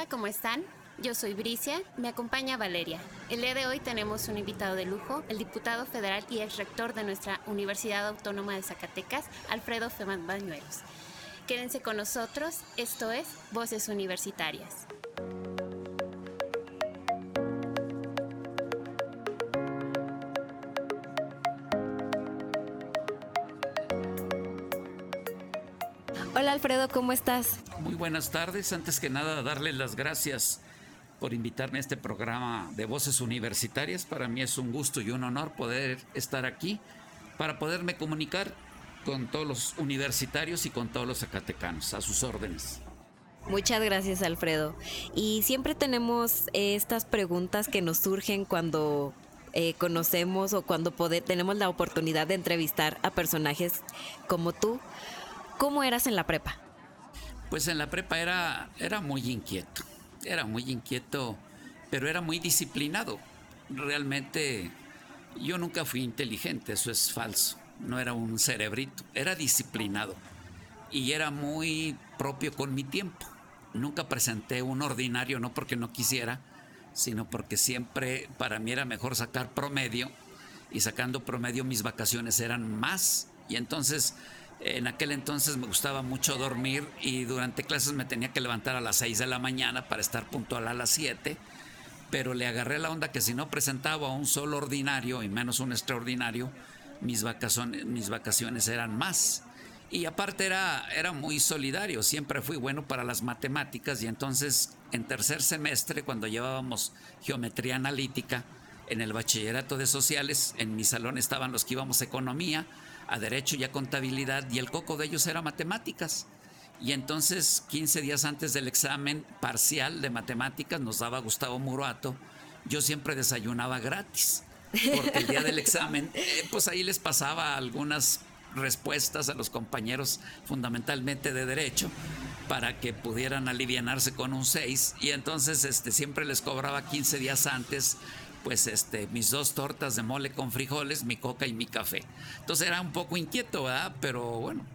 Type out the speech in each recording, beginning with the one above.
Hola, ¿cómo están? Yo soy Bricia, me acompaña Valeria. El día de hoy tenemos un invitado de lujo, el diputado federal y ex rector de nuestra Universidad Autónoma de Zacatecas, Alfredo Femán Bañuelos. Quédense con nosotros, esto es Voces Universitarias. Hola Alfredo, ¿cómo estás? Muy buenas tardes. Antes que nada, darles las gracias por invitarme a este programa de Voces Universitarias. Para mí es un gusto y un honor poder estar aquí para poderme comunicar con todos los universitarios y con todos los zacatecanos. A sus órdenes. Muchas gracias, Alfredo. Y siempre tenemos estas preguntas que nos surgen cuando conocemos o cuando tenemos la oportunidad de entrevistar a personajes como tú. ¿Cómo eras en la prepa? Pues en la prepa era muy inquieto. Era muy inquieto, pero era muy disciplinado. Realmente yo nunca fui inteligente, eso es falso. No era un cerebrito, era disciplinado. Y era muy propio con mi tiempo. Nunca presenté un ordinario, no porque no quisiera, sino porque siempre para mí era mejor sacar promedio, y sacando promedio mis vacaciones eran más. Y entonces, en aquel entonces me gustaba mucho dormir y durante clases me tenía que levantar a las 6 de la mañana para estar puntual a las 7, pero le agarré la onda que si no presentaba un solo ordinario y menos un extraordinario, mis vacaciones eran más. Y aparte era muy solidario, siempre fui bueno para las matemáticas y entonces en tercer semestre, cuando llevábamos geometría analítica en el bachillerato de sociales, en mi salón estaban los que íbamos a economía, a derecho y a contabilidad, y el coco de ellos era matemáticas. Y entonces 15 días antes del examen parcial de matemáticas nos daba Gustavo Murato, yo siempre desayunaba gratis, porque el día del examen pues ahí les pasaba algunas respuestas a los compañeros fundamentalmente de derecho para que pudieran alivianarse con un 6, y entonces siempre les cobraba 15 días antes pues mis 2 tortas de mole con frijoles, mi coca y mi café. Entonces era un poco inquieto, ¿verdad? Pero bueno,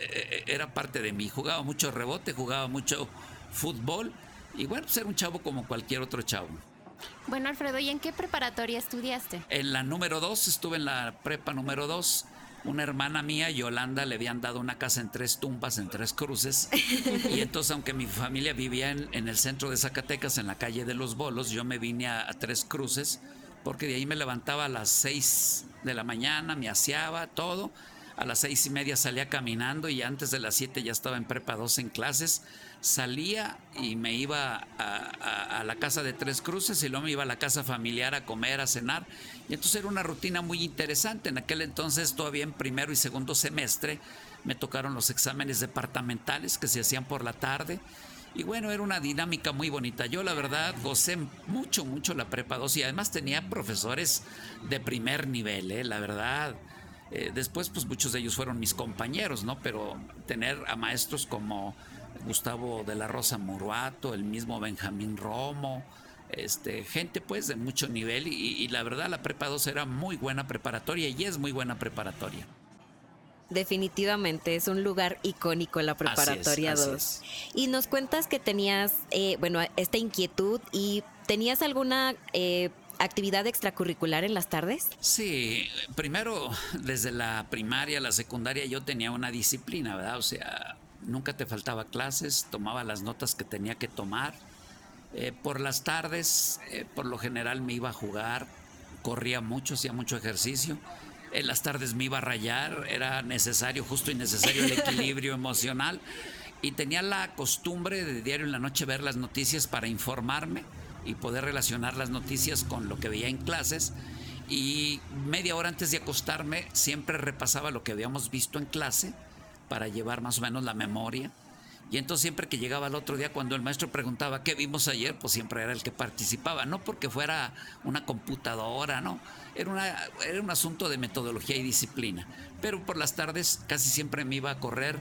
era parte de mí. Jugaba mucho rebote, jugaba mucho fútbol y bueno, pues era un chavo como cualquier otro chavo. Bueno, Alfredo, ¿y en qué preparatoria estudiaste? En la número 2, estuve en la prepa número 2. Una hermana mía, Yolanda, le habían dado una casa en 3 tumbas, en 3 cruces. Y entonces, aunque mi familia vivía en el centro de Zacatecas, en la calle de los Bolos, yo me vine a 3 cruces, porque de ahí me levantaba a las 6 de la mañana, me aseaba, todo. A las 6:30 salía caminando y antes de las 7 ya estaba en prepa 2 en clases. Salía y me iba a la casa de 3 cruces y luego me iba a la casa familiar a comer, a cenar. Y entonces era una rutina muy interesante. En aquel entonces, todavía en primero y segundo semestre, me tocaron los exámenes departamentales que se hacían por la tarde. Y bueno, era una dinámica muy bonita. Yo la verdad gocé mucho la prepa 2 y además tenía profesores de primer nivel, la verdad. Después pues muchos de ellos fueron mis compañeros, ¿no? Pero tener a maestros como Gustavo de la Rosa Murato, el mismo Benjamín Romo, gente pues de mucho nivel y la verdad la prepa 2 era muy buena preparatoria y es muy buena preparatoria. Definitivamente es un lugar icónico la preparatoria 2. Y nos cuentas que tenías, esta inquietud y tenías alguna actividad extracurricular en las tardes. Sí, primero desde la primaria, la secundaria yo tenía una disciplina, ¿verdad? O sea, nunca te faltaba clases, tomaba las notas que tenía que tomar. Por las tardes, por lo general me iba a jugar, corría mucho, hacía mucho ejercicio. En las tardes me iba a rayar, era necesario, justo y necesario el equilibrio emocional. Y tenía la costumbre de diario en la noche ver las noticias para informarme y poder relacionar las noticias con lo que veía en clases. Y media hora antes de acostarme siempre repasaba lo que habíamos visto en clase para llevar más o menos la memoria. Y entonces siempre que llegaba el otro día, cuando el maestro preguntaba qué vimos ayer, pues siempre era el que participaba, no porque fuera una computadora, no, era un asunto de metodología y disciplina. Pero por las tardes casi siempre me iba a correr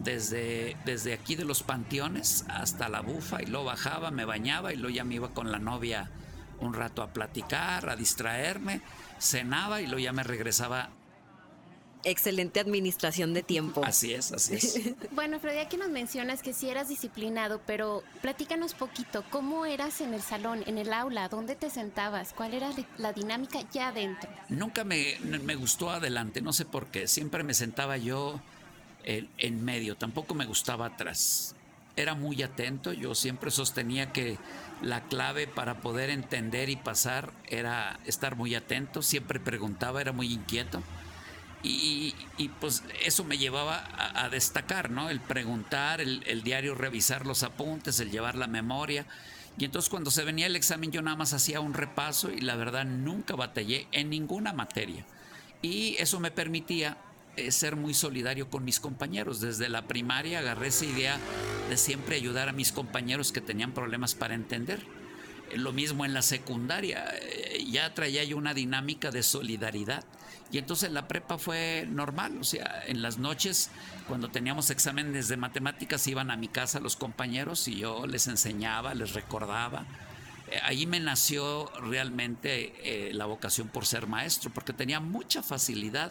desde aquí de los Panteones hasta la Bufa y luego bajaba, me bañaba y luego ya me iba con la novia un rato a platicar, a distraerme, cenaba y luego ya me regresaba excelente administración de tiempo. Así es, así es. Bueno, Alfredo, ya que nos mencionas que sí eras disciplinado, pero platícanos poquito, ¿cómo eras en el salón, en el aula? ¿Dónde te sentabas? ¿Cuál era la dinámica ya adentro? Nunca me gustó adelante, no sé por qué. Siempre me sentaba yo en medio, tampoco me gustaba atrás. Era muy atento, yo siempre sostenía que la clave para poder entender y pasar era estar muy atento, siempre preguntaba, era muy inquieto. Y pues eso me llevaba a destacar, ¿no? El preguntar, el diario revisar los apuntes, el llevar la memoria. Y entonces cuando se venía el examen yo nada más hacía un repaso y la verdad nunca batallé en ninguna materia. Y eso me permitía ser muy solidario con mis compañeros. Desde la primaria agarré esa idea de siempre ayudar a mis compañeros que tenían problemas para entender. Lo mismo en la secundaria, ya traía yo una dinámica de solidaridad. Y entonces en la prepa fue normal, o sea, en las noches cuando teníamos exámenes de matemáticas iban a mi casa los compañeros y yo les enseñaba, les recordaba. Ahí me nació realmente la vocación por ser maestro, porque tenía mucha facilidad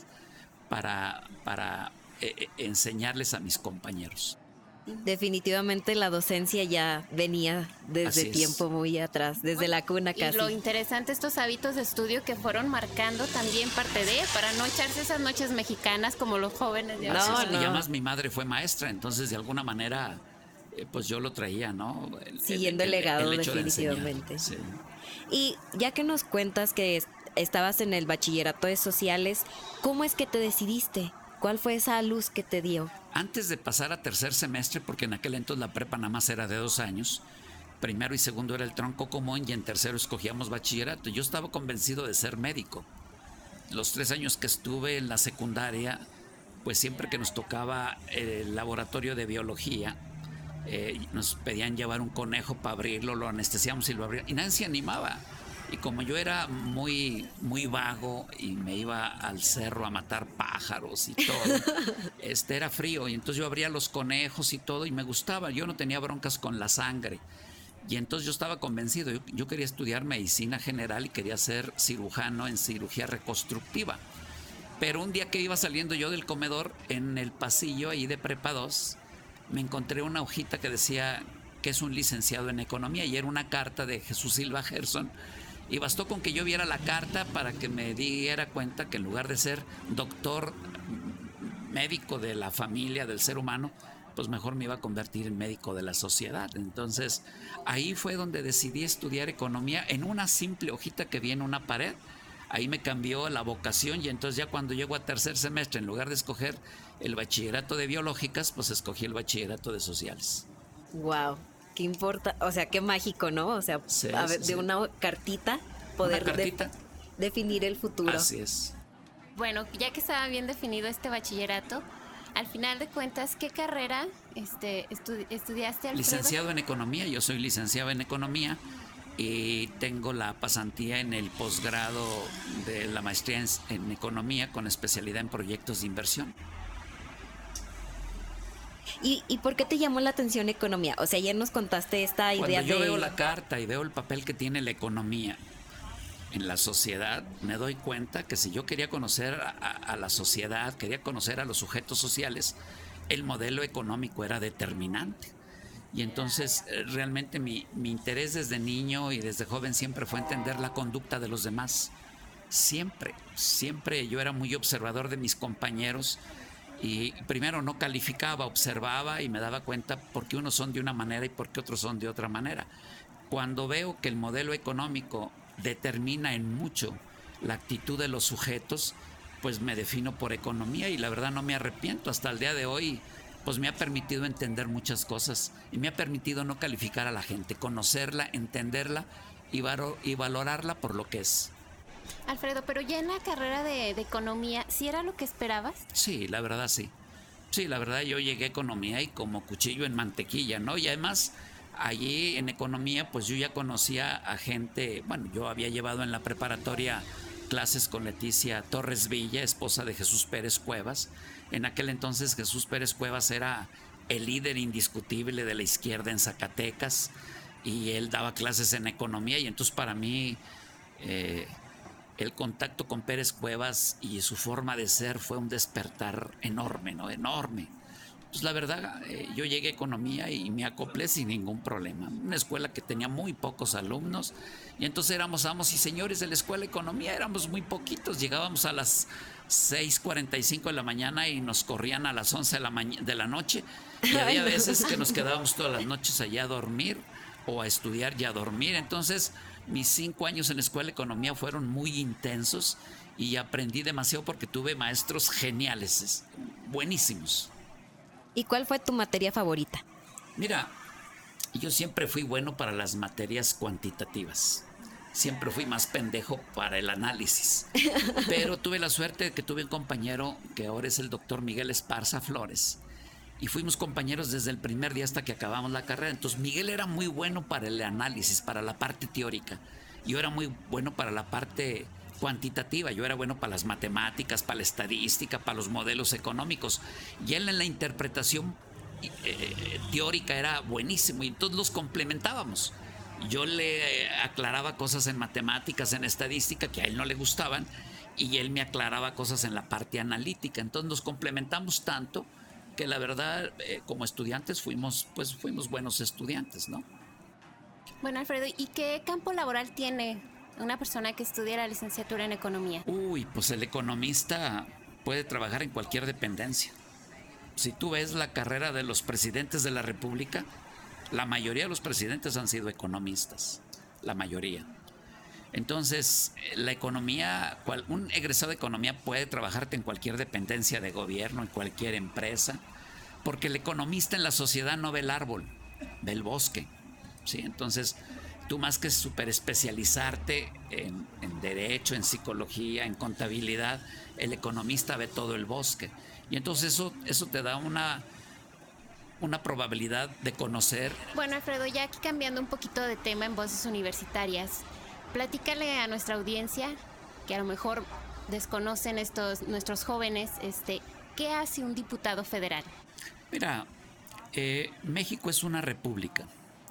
para enseñarles a mis compañeros. Definitivamente la docencia ya venía desde tiempo muy atrás, desde la cuna casi. Y lo interesante, estos hábitos de estudio que fueron marcando también parte de, para no echarse esas noches mexicanas como los jóvenes de ahora. Y además mi madre fue maestra, entonces de alguna manera pues yo lo traía, ¿no? Siguiendo el legado, definitivamente. Sí. Y ya que nos cuentas que estabas en el bachillerato de sociales, ¿cómo es que te decidiste? ¿Cuál fue esa luz que te dio? Antes de pasar a tercer semestre, porque en aquel entonces la prepa nada más era de 2 años, primero y segundo era el tronco común y en tercero escogíamos bachillerato. Yo estaba convencido de ser médico. Los 3 años que estuve en la secundaria, pues siempre que nos tocaba el laboratorio de biología, nos pedían llevar un conejo para abrirlo, lo anestesiamos y lo abríamos, y nadie se animaba. Y como yo era muy, muy vago y me iba al cerro a matar pájaros y todo, era frío y entonces yo abría los conejos y todo y me gustaba, yo no tenía broncas con la sangre. Y entonces yo estaba convencido, yo quería estudiar medicina general y quería ser cirujano en cirugía reconstructiva. Pero un día que iba saliendo yo del comedor, en el pasillo ahí de Prepa 2, me encontré una hojita que decía que es un licenciado en economía y era una carta de Jesús Silva Gerson. Y bastó con que yo viera la carta para que me diera cuenta que en lugar de ser doctor médico de la familia, del ser humano, pues mejor me iba a convertir en médico de la sociedad. Entonces ahí fue donde decidí estudiar economía en una simple hojita que vi en una pared. Ahí me cambió la vocación y entonces ya cuando llego a tercer semestre, en lugar de escoger el bachillerato de biológicas, pues escogí el bachillerato de sociales. Wow. Qué importa, o sea, qué mágico, ¿no? O sea, sí, de una cartita poder definir el futuro. Así es. Bueno, ya que estaba bien definido este bachillerato, al final de cuentas, ¿qué carrera estudiaste, Alfredo? Licenciado en economía, yo soy licenciado en economía y tengo la pasantía en el posgrado de la maestría en economía con especialidad en proyectos de inversión. ¿Y por qué te llamó la atención economía? O sea, ya nos contaste esta idea de... Cuando yo veo la carta y veo el papel que tiene la economía en la sociedad, me doy cuenta que si yo quería conocer a la sociedad, quería conocer a los sujetos sociales, el modelo económico era determinante. Y entonces realmente mi interés desde niño y desde joven siempre fue entender la conducta de los demás. Siempre yo era muy observador de mis compañeros. Y primero no calificaba, observaba y me daba cuenta por qué unos son de una manera y por qué otros son de otra manera. Cuando veo que el modelo económico determina en mucho la actitud de los sujetos, pues me defino por economía y la verdad no me arrepiento. Hasta el día de hoy, pues me ha permitido entender muchas cosas y me ha permitido no calificar a la gente, conocerla, entenderla y valorarla por lo que es. Alfredo, pero ya en la carrera de economía, ¿sí era lo que esperabas? Sí, la verdad sí. Sí, la verdad yo llegué a economía y como cuchillo en mantequilla, ¿no? Y además allí en economía pues yo ya conocía a gente, bueno, yo había llevado en la preparatoria clases con Leticia Torres Villa, esposa de Jesús Pérez Cuevas. En aquel entonces Jesús Pérez Cuevas era el líder indiscutible de la izquierda en Zacatecas y él daba clases en economía y entonces para mí... el contacto con Pérez Cuevas y su forma de ser fue un despertar enorme, ¿no? Enorme. Pues la verdad, yo llegué a economía y me acoplé sin ningún problema. Una escuela que tenía muy pocos alumnos y entonces éramos amos y señores de la escuela de economía, éramos muy poquitos. Llegábamos a las 6:45 de la mañana y nos corrían a las 11 de la noche. Y había veces que nos quedábamos todas las noches allá a dormir o a estudiar y a dormir. Entonces, mis 5 años en la escuela de economía fueron muy intensos y aprendí demasiado porque tuve maestros geniales, buenísimos. ¿Y cuál fue tu materia favorita? Mira, yo siempre fui bueno para las materias cuantitativas. Siempre fui más pendejo para el análisis. Pero tuve la suerte de que tuve un compañero que ahora es el doctor Miguel Esparza Flores. Y fuimos compañeros desde el primer día hasta que acabamos la carrera. Entonces Miguel era muy bueno para el análisis, para la parte teórica. Yo era muy bueno para la parte cuantitativa. Yo era bueno para las matemáticas, para la estadística, para los modelos económicos. Y él en la interpretación teórica era buenísimo y entonces los complementábamos. Yo le aclaraba cosas en matemáticas, en estadística que a él no le gustaban y él me aclaraba cosas en la parte analítica. Entonces nos complementamos tanto que la verdad como estudiantes fuimos buenos estudiantes, ¿no? Bueno, Alfredo, ¿y qué campo laboral tiene una persona que estudia la licenciatura en economía? Uy, pues el economista puede trabajar en cualquier dependencia. Si tú ves la carrera de los presidentes de la República, la mayoría de los presidentes han sido economistas, la mayoría. Entonces, la economía, un egresado de economía puede trabajarte en cualquier dependencia de gobierno, en cualquier empresa, porque el economista en la sociedad no ve el árbol, ve el bosque, ¿sí? Entonces, tú más que súper especializarte en derecho, en psicología, en contabilidad, el economista ve todo el bosque. Y entonces eso te da una probabilidad de conocer. Bueno, Alfredo, ya aquí cambiando un poquito de tema en Voces Universitarias, platícale a nuestra audiencia, que a lo mejor desconocen nuestros jóvenes, ¿qué hace un diputado federal? Mira, México es una república,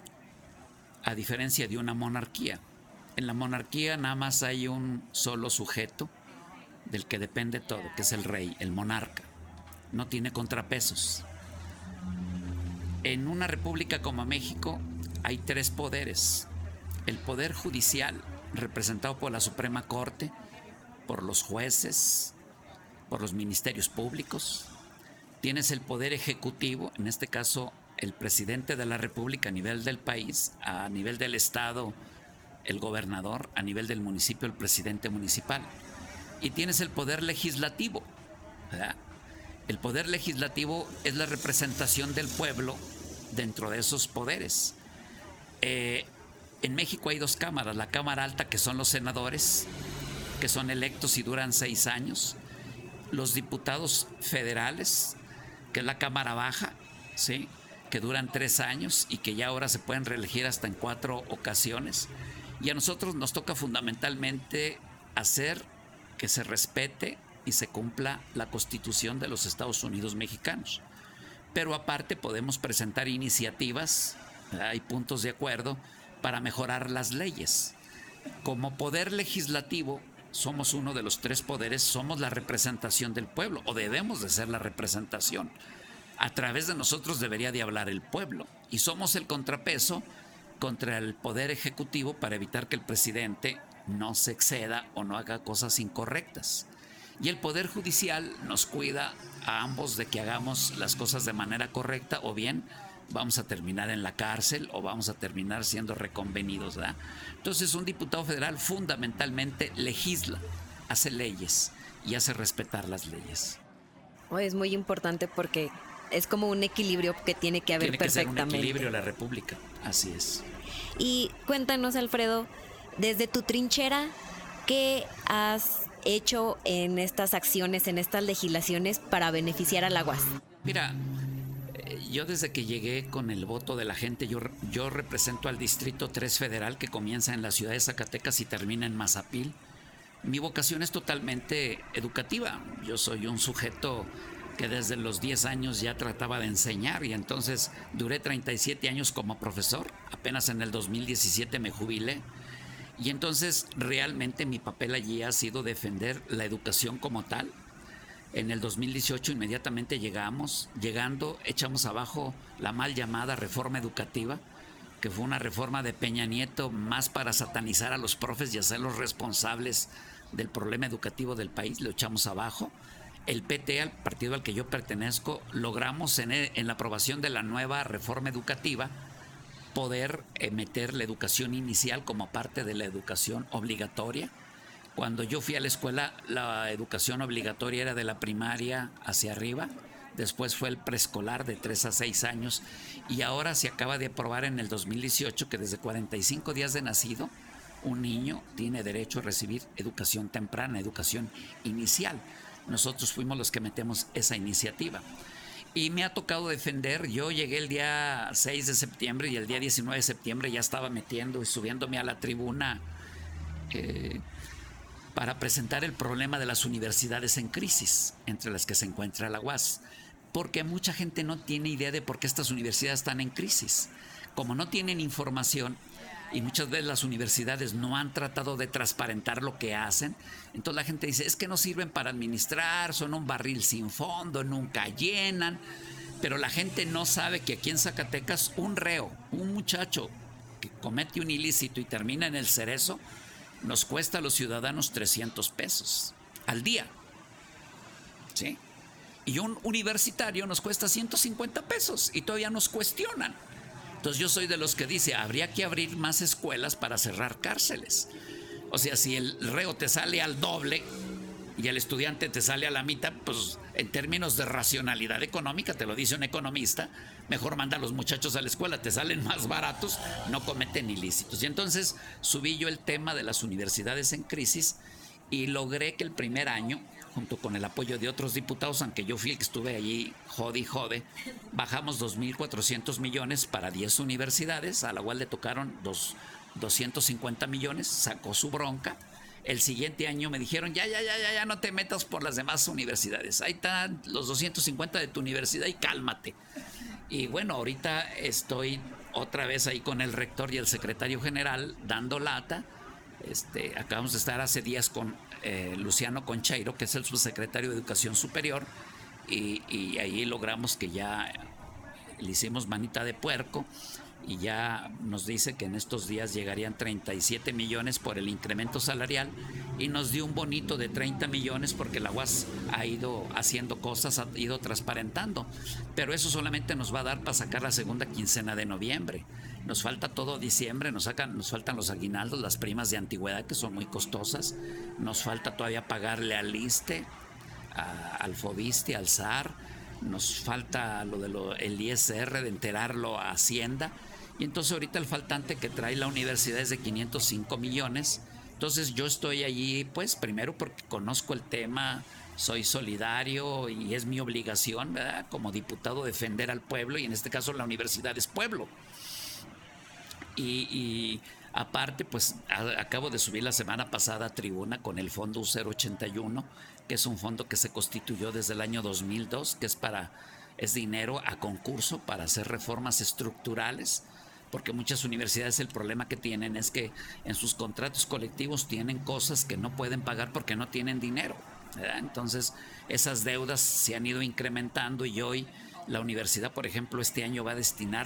a diferencia de una monarquía. En la monarquía nada más hay un solo sujeto del que depende todo, que es el rey, el monarca. No tiene contrapesos. En una república como México hay 3 poderes. El poder judicial, representado por la Suprema Corte, por los jueces, por los ministerios públicos. Tienes el poder ejecutivo, en este caso el presidente de la República a nivel del país, a nivel del estado, el gobernador, a nivel del municipio, el presidente municipal. Y tienes el poder legislativo, ¿verdad? El poder legislativo es la representación del pueblo dentro de esos poderes. En México hay 2 cámaras, la Cámara Alta, que son los senadores, que son electos y duran 6 años, los diputados federales, que es la Cámara Baja, ¿sí?, que duran 3 años y que ya ahora se pueden reelegir hasta en 4 ocasiones. Y a nosotros nos toca fundamentalmente hacer que se respete y se cumpla la Constitución de los Estados Unidos mexicanos. Pero aparte podemos presentar iniciativas, hay puntos de acuerdo para mejorar las leyes. Como poder legislativo, somos uno de los 3 poderes, somos la representación del pueblo, o debemos de ser la representación. A través de nosotros debería de hablar el pueblo, y somos el contrapeso contra el poder ejecutivo para evitar que el presidente no se exceda o no haga cosas incorrectas. Y el poder judicial nos cuida a ambos de que hagamos las cosas de manera correcta, o bien vamos a terminar en la cárcel o vamos a terminar siendo reconvenidos, ¿verdad? Entonces un diputado federal fundamentalmente legisla, hace leyes y hace respetar las leyes. Es muy importante porque es como un equilibrio que tiene que haber perfectamente. Tiene que ser un equilibrio la república, así es. Y cuéntanos, Alfredo, desde tu trinchera, ¿qué has hecho en estas acciones, en estas legislaciones para beneficiar a la UAS? Mira, yo desde que llegué con el voto de la gente, yo represento al Distrito 3 Federal, que comienza en la ciudad de Zacatecas y termina en Mazapil. Mi vocación es totalmente educativa. Yo soy un sujeto que desde los 10 años ya trataba de enseñar y entonces duré 37 años como profesor. Apenas en el 2017 me jubilé. Y entonces realmente mi papel allí ha sido defender la educación como tal. En el 2018 inmediatamente llegando, echamos abajo la mal llamada reforma educativa, que fue una reforma de Peña Nieto más para satanizar a los profes y hacerlos responsables del problema educativo del país. Lo echamos abajo. El PT, al partido al que yo pertenezco, logramos en la aprobación de la nueva reforma educativa poder meter la educación inicial como parte de la educación obligatoria. Cuando yo fui a la escuela, la educación obligatoria era de la primaria hacia arriba, después fue el preescolar de 3 a 6 años y ahora se acaba de aprobar en el 2018 que desde 45 días de nacido un niño tiene derecho a recibir educación temprana, educación inicial. Nosotros fuimos los que metemos esa iniciativa. Y me ha tocado defender. Yo llegué el día 6 de septiembre y el día 19 de septiembre ya estaba metiendo y subiéndome a la tribuna para presentar el problema de las universidades en crisis, entre las que se encuentra la UAS. Porque mucha gente no tiene idea de por qué estas universidades están en crisis. Como no tienen información y muchas veces las universidades no han tratado de transparentar lo que hacen, entonces la gente dice, es que no sirven para administrar, son un barril sin fondo, nunca llenan. Pero la gente no sabe que aquí en Zacatecas un reo, un muchacho que comete un ilícito y termina en el Cerezo, nos cuesta a los ciudadanos 300 pesos al día, ¿sí? Y un universitario nos cuesta 150 pesos y todavía nos cuestionan. Entonces yo soy de los que dice, habría que abrir más escuelas para cerrar cárceles. O sea, si el reo te sale al doble y el estudiante te sale a la mitad, pues en términos de racionalidad económica, te lo dice un economista, mejor manda a los muchachos a la escuela, te salen más baratos, no cometen ilícitos. Y entonces subí yo el tema de las universidades en crisis y logré que el primer año, junto con el apoyo de otros diputados, aunque yo fui el que estuve allí jode y jode, bajamos 2.400 millones para 10 universidades, a la cual le tocaron 250 millones, sacó su bronca. El siguiente año me dijeron, ya, no te metas por las demás universidades. Ahí están los 250 de tu universidad y cálmate. Y bueno, ahorita estoy otra vez ahí con el rector y el secretario general dando lata. Acabamos de estar hace días con Luciano Concheiro, que es el subsecretario de Educación Superior, y ahí logramos que ya le hicimos manita de puerco y ya nos dice que en estos días llegarían 37 millones por el incremento salarial y nos dio un bonito de 30 millones porque la UAS ha ido haciendo cosas, ha ido transparentando, pero eso solamente nos va a dar para sacar la segunda quincena de noviembre. Nos falta todo diciembre, nos faltan los aguinaldos, las primas de antigüedad que son muy costosas, nos falta todavía pagarle al ISSSTE, al FOBISTE, al SAR, nos falta el ISR de enterarlo a Hacienda. Y entonces ahorita el faltante que trae la universidad es de 505 millones. Entonces yo estoy allí, pues primero porque conozco el tema, soy solidario y es mi obligación, ¿verdad?, como diputado defender al pueblo, y en este caso la universidad es pueblo. Y aparte, pues acabo de subir la semana pasada a tribuna con el fondo U081, que es un fondo que se constituyó desde el año 2002, que es dinero a concurso para hacer reformas estructurales, porque muchas universidades el problema que tienen es que en sus contratos colectivos tienen cosas que no pueden pagar porque no tienen dinero, ¿verdad? Entonces esas deudas se han ido incrementando y hoy la universidad, por ejemplo, este año va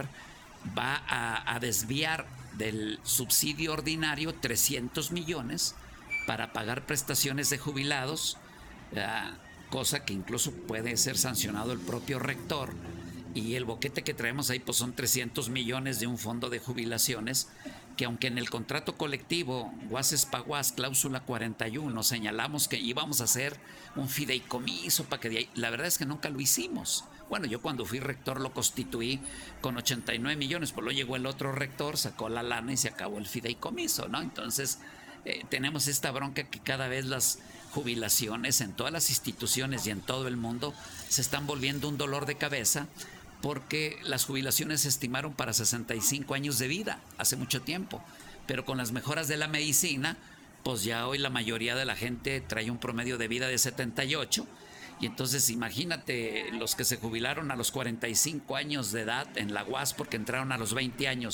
a desviar del subsidio ordinario 300 millones para pagar prestaciones de jubilados, cosa que incluso puede ser sancionado el propio rector. Y el boquete que traemos ahí pues son 300 millones de un fondo de jubilaciones que, aunque en el contrato colectivo UAS-ESPA-UAS, cláusula 41, señalamos que íbamos a hacer un fideicomiso para que de ahí, la verdad es que nunca lo hicimos. Bueno, yo cuando fui rector lo constituí con 89 millones, pues luego llegó el otro rector, sacó la lana y se acabó el fideicomiso, ¿no? Entonces tenemos esta bronca que cada vez las jubilaciones en todas las instituciones y en todo el mundo se están volviendo un dolor de cabeza, porque las jubilaciones se estimaron para 65 años de vida hace mucho tiempo, pero con las mejoras de la medicina, pues ya hoy la mayoría de la gente trae un promedio de vida de 78. Y entonces imagínate los que se jubilaron a los 45 años de edad en la UAS porque entraron a los 20 años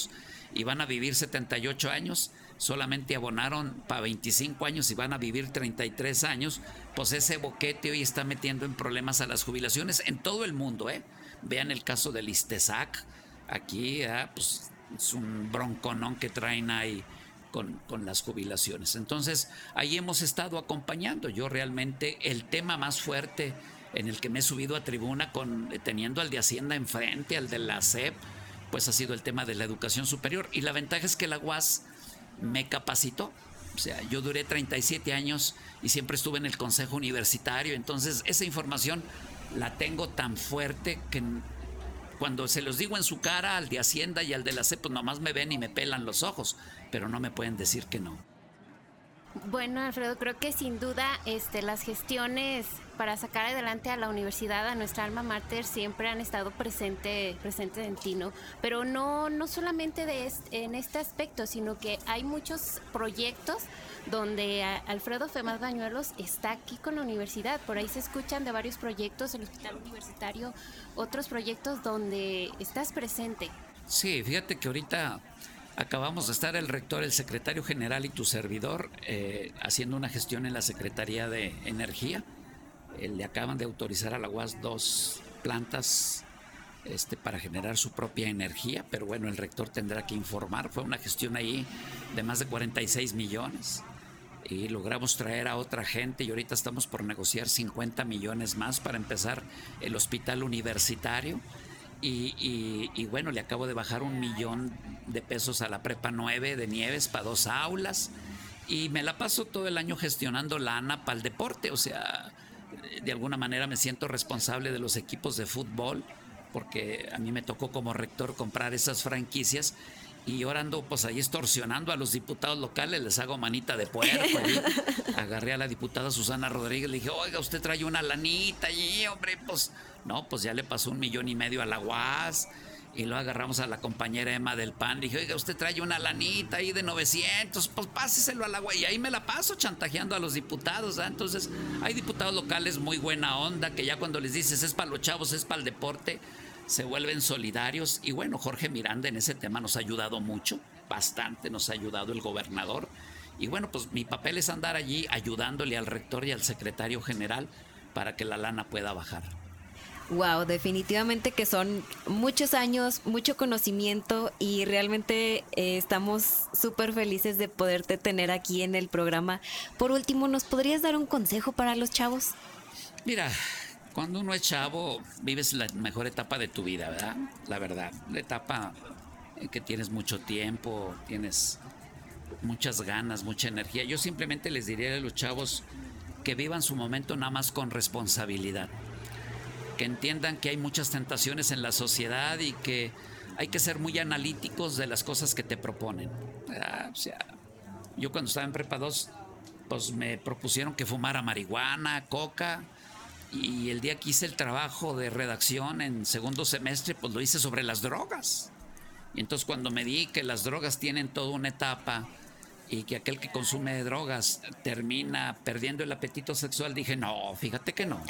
y van a vivir 78 años, solamente abonaron para 25 años y van a vivir 33 años, pues ese boquete hoy está metiendo en problemas a las jubilaciones en todo el mundo, ¿eh? Vean el caso del ISTESAC, aquí pues es un bronconón que traen ahí con las jubilaciones. Entonces, ahí hemos estado acompañando. Yo realmente el tema más fuerte en el que me he subido a tribuna teniendo al de Hacienda enfrente, al de la SEP, pues ha sido el tema de la educación superior. Y la ventaja es que la UAS me capacitó. O sea, yo duré 37 años y siempre estuve en el consejo universitario. Entonces, esa información la tengo tan fuerte que cuando se los digo en su cara al de Hacienda y al de la SEP, pues nomás me ven y me pelan los ojos, pero no me pueden decir que no. Bueno, Alfredo, creo que sin duda las gestiones para sacar adelante a la universidad, a nuestra alma mater, siempre han estado presentes en ti, ¿no? Pero no solamente en este aspecto, sino que hay muchos proyectos donde Alfredo Femad Bañuelos está aquí con la universidad. Por ahí se escuchan de varios proyectos, el hospital universitario, otros proyectos donde estás presente. Sí, fíjate que ahorita acabamos de estar el rector, el secretario general y tu servidor haciendo una gestión en la Secretaría de Energía. Le acaban de autorizar a la UAS 2 plantas para generar su propia energía, pero bueno, el rector tendrá que informar. Fue una gestión ahí de más de 46 millones y logramos traer a otra gente y ahorita estamos por negociar 50 millones más para empezar el hospital universitario. Y bueno, le acabo de bajar $1 millón a la Prepa 9 de Nieves para 2 aulas y me la paso todo el año gestionando lana para el deporte. O sea, de alguna manera me siento responsable de los equipos de fútbol porque a mí me tocó como rector comprar esas franquicias y ahora ando pues ahí extorsionando a los diputados locales, les hago manita de puerco. Agarré a la diputada Susana Rodríguez, le dije, oiga, usted trae una lanita y hombre, pues no, pues ya le pasó $1.5 millones a la UAS. Y luego agarramos a la compañera Emma del PAN, le dije, oiga, usted trae una lanita ahí de 900, pues páseselo a la UAS. Y ahí me la paso chantajeando a los diputados, ¿eh? Entonces hay diputados locales muy buena onda, que ya cuando les dices es para los chavos, es para el deporte, se vuelven solidarios. Y bueno, Jorge Miranda en ese tema nos ha ayudado mucho, bastante nos ha ayudado el gobernador. Y bueno, pues mi papel es andar allí ayudándole al rector y al secretario general para que la lana pueda bajar. Wow, definitivamente que son muchos años, mucho conocimiento y realmente estamos súper felices de poderte tener aquí en el programa. Por último, ¿nos podrías dar un consejo para los chavos? Mira, cuando uno es chavo, vives la mejor etapa de tu vida, ¿verdad? La verdad, la etapa en que tienes mucho tiempo, tienes muchas ganas, mucha energía. Yo simplemente les diría a los chavos que vivan su momento nada más con responsabilidad. Que entiendan que hay muchas tentaciones en la sociedad y que hay que ser muy analíticos de las cosas que te proponen. O sea, yo cuando estaba en Prepa 2, pues me propusieron que fumara marihuana, coca, y el día que hice el trabajo de redacción en segundo semestre, pues lo hice sobre las drogas. Y entonces cuando me di que las drogas tienen toda una etapa y que aquel que consume drogas termina perdiendo el apetito sexual, dije, no, fíjate que no.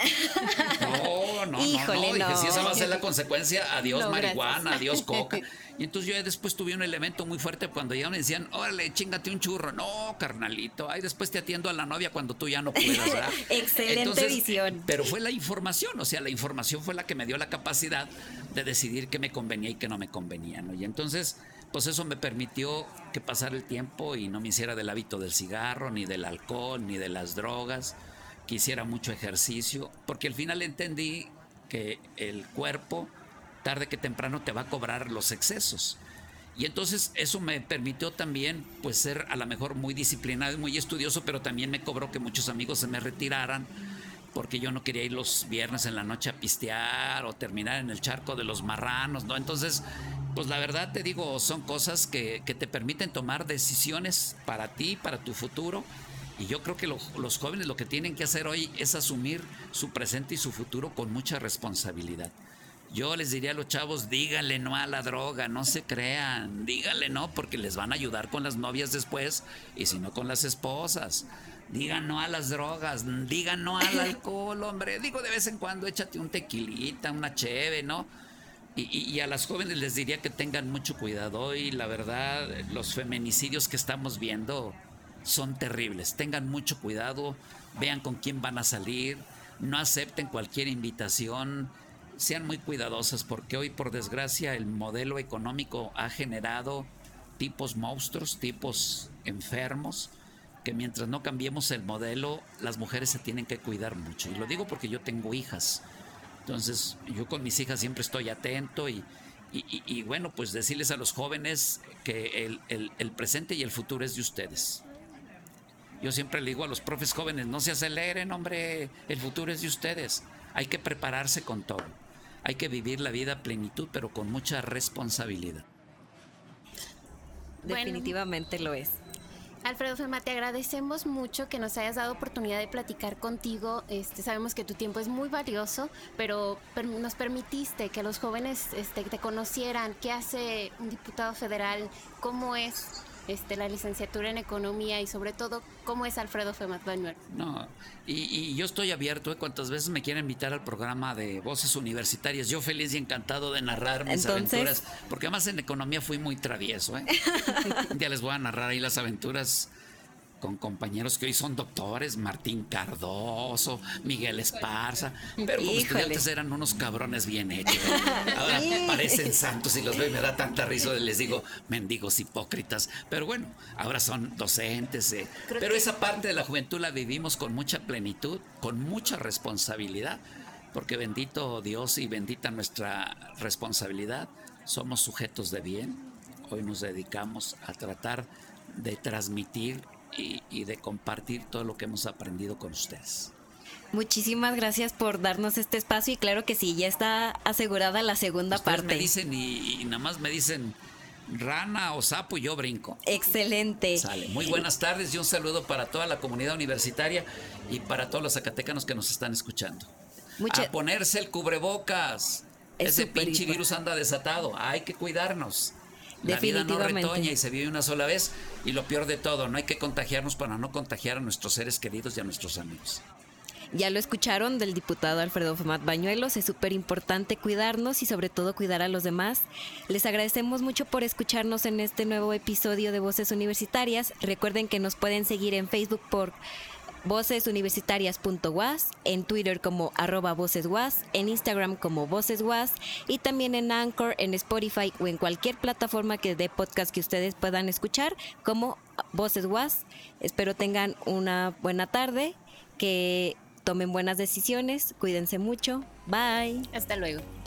No. Híjole, dije, si esa va a ser la consecuencia, adiós no, marihuana, gracias. Adiós coca. Y entonces yo después tuve un elemento muy fuerte cuando ya me decían, órale, chíngate un churro. No, carnalito, ahí después te atiendo a la novia cuando tú ya no puedas, ¿verdad? Excelente visión. Pero fue la información, o sea, la información fue la que me dio la capacidad de decidir qué me convenía y qué no me convenía, ¿no? Y entonces, pues eso me permitió que pasara el tiempo y no me hiciera del hábito del cigarro, ni del alcohol, ni de las drogas, que hiciera mucho ejercicio, porque al final entendí que el cuerpo, tarde que temprano, te va a cobrar los excesos. Y entonces eso me permitió también pues ser a lo mejor muy disciplinado y muy estudioso, pero también me cobró que muchos amigos se me retiraran porque yo no quería ir los viernes en la noche a pistear o terminar en el charco de los marranos, ¿no? Entonces, pues la verdad te digo, son cosas que te permiten tomar decisiones para ti, para tu futuro. Y yo creo que los jóvenes lo que tienen que hacer hoy es asumir su presente y su futuro con mucha responsabilidad. Yo les diría a los chavos, díganle no a la droga, no se crean, díganle no, porque les van a ayudar con las novias después y si no con las esposas. Digan no a las drogas, digan no al alcohol, hombre. Digo, de vez en cuando échate un tequilita, una cheve, ¿no? Y a las jóvenes les diría que tengan mucho cuidado. Hoy, la verdad, los feminicidios que estamos viendo son terribles. Tengan mucho cuidado, vean con quién van a salir, no acepten cualquier invitación, sean muy cuidadosas, porque hoy, por desgracia, el modelo económico ha generado tipos monstruos, tipos enfermos, que mientras no cambiemos el modelo, las mujeres se tienen que cuidar mucho. Y lo digo porque yo tengo hijas. Entonces, yo con mis hijas siempre estoy atento y bueno, pues decirles a los jóvenes que el presente y el futuro es de ustedes. Yo siempre le digo a los profes jóvenes, no se aceleren, hombre, el futuro es de ustedes. Hay que prepararse con todo. Hay que vivir la vida a plenitud, pero con mucha responsabilidad. Definitivamente lo es. Alfredo Fema, te agradecemos mucho que nos hayas dado oportunidad de platicar contigo. Sabemos que tu tiempo es muy valioso, pero nos permitiste que los jóvenes te conocieran. ¿Qué hace un diputado federal? ¿Cómo es la licenciatura en economía? Y sobre todo, ¿cómo es Alfredo Fema Bañuelos? No, y yo estoy abierto, cuantas veces me quieran invitar al programa de Voces Universitarias, yo feliz y encantado de narrar mis aventuras, porque además en economía fui muy travieso, Ya les voy a narrar ahí las aventuras con compañeros que hoy son doctores, Martín Cardoso, Miguel Esparza, pero como estudiantes eran unos cabrones bien hechos. Ahora parecen santos y los veo y me da tanta risa, les digo, mendigos hipócritas, pero bueno, ahora son docentes. Pero esa parte de la juventud la vivimos con mucha plenitud, con mucha responsabilidad, porque bendito Dios y bendita nuestra responsabilidad, somos sujetos de bien. Hoy nos dedicamos a tratar de transmitir y de compartir todo lo que hemos aprendido con ustedes. Muchísimas gracias por darnos este espacio y claro que sí, ya está asegurada la segunda ustedes parte. Me dicen y nada más me dicen rana o sapo y yo brinco. Excelente. Sale. Muy buenas tardes y un saludo para toda la comunidad universitaria y para todos los zacatecanos que nos están escuchando. A ponerse el cubrebocas. Ese pinche virus anda desatado. Hay que cuidarnos. La vida no retoña y se vive una sola vez. Y lo peor de todo, no hay que contagiarnos para no contagiar a nuestros seres queridos y a nuestros amigos. Ya lo escucharon del diputado Alfredo Fema Bañuelos. Es súper importante cuidarnos y sobre todo cuidar a los demás. Les agradecemos mucho por escucharnos en este nuevo episodio de Voces Universitarias. Recuerden que nos pueden seguir en Facebook por vocesuniversitarias.was, en Twitter como @voceswas, en Instagram como voceswas y también en Anchor, en Spotify o en cualquier plataforma que dé podcast que ustedes puedan escuchar como voceswas. Espero tengan una buena tarde, que tomen buenas decisiones, cuídense mucho, bye. Hasta luego.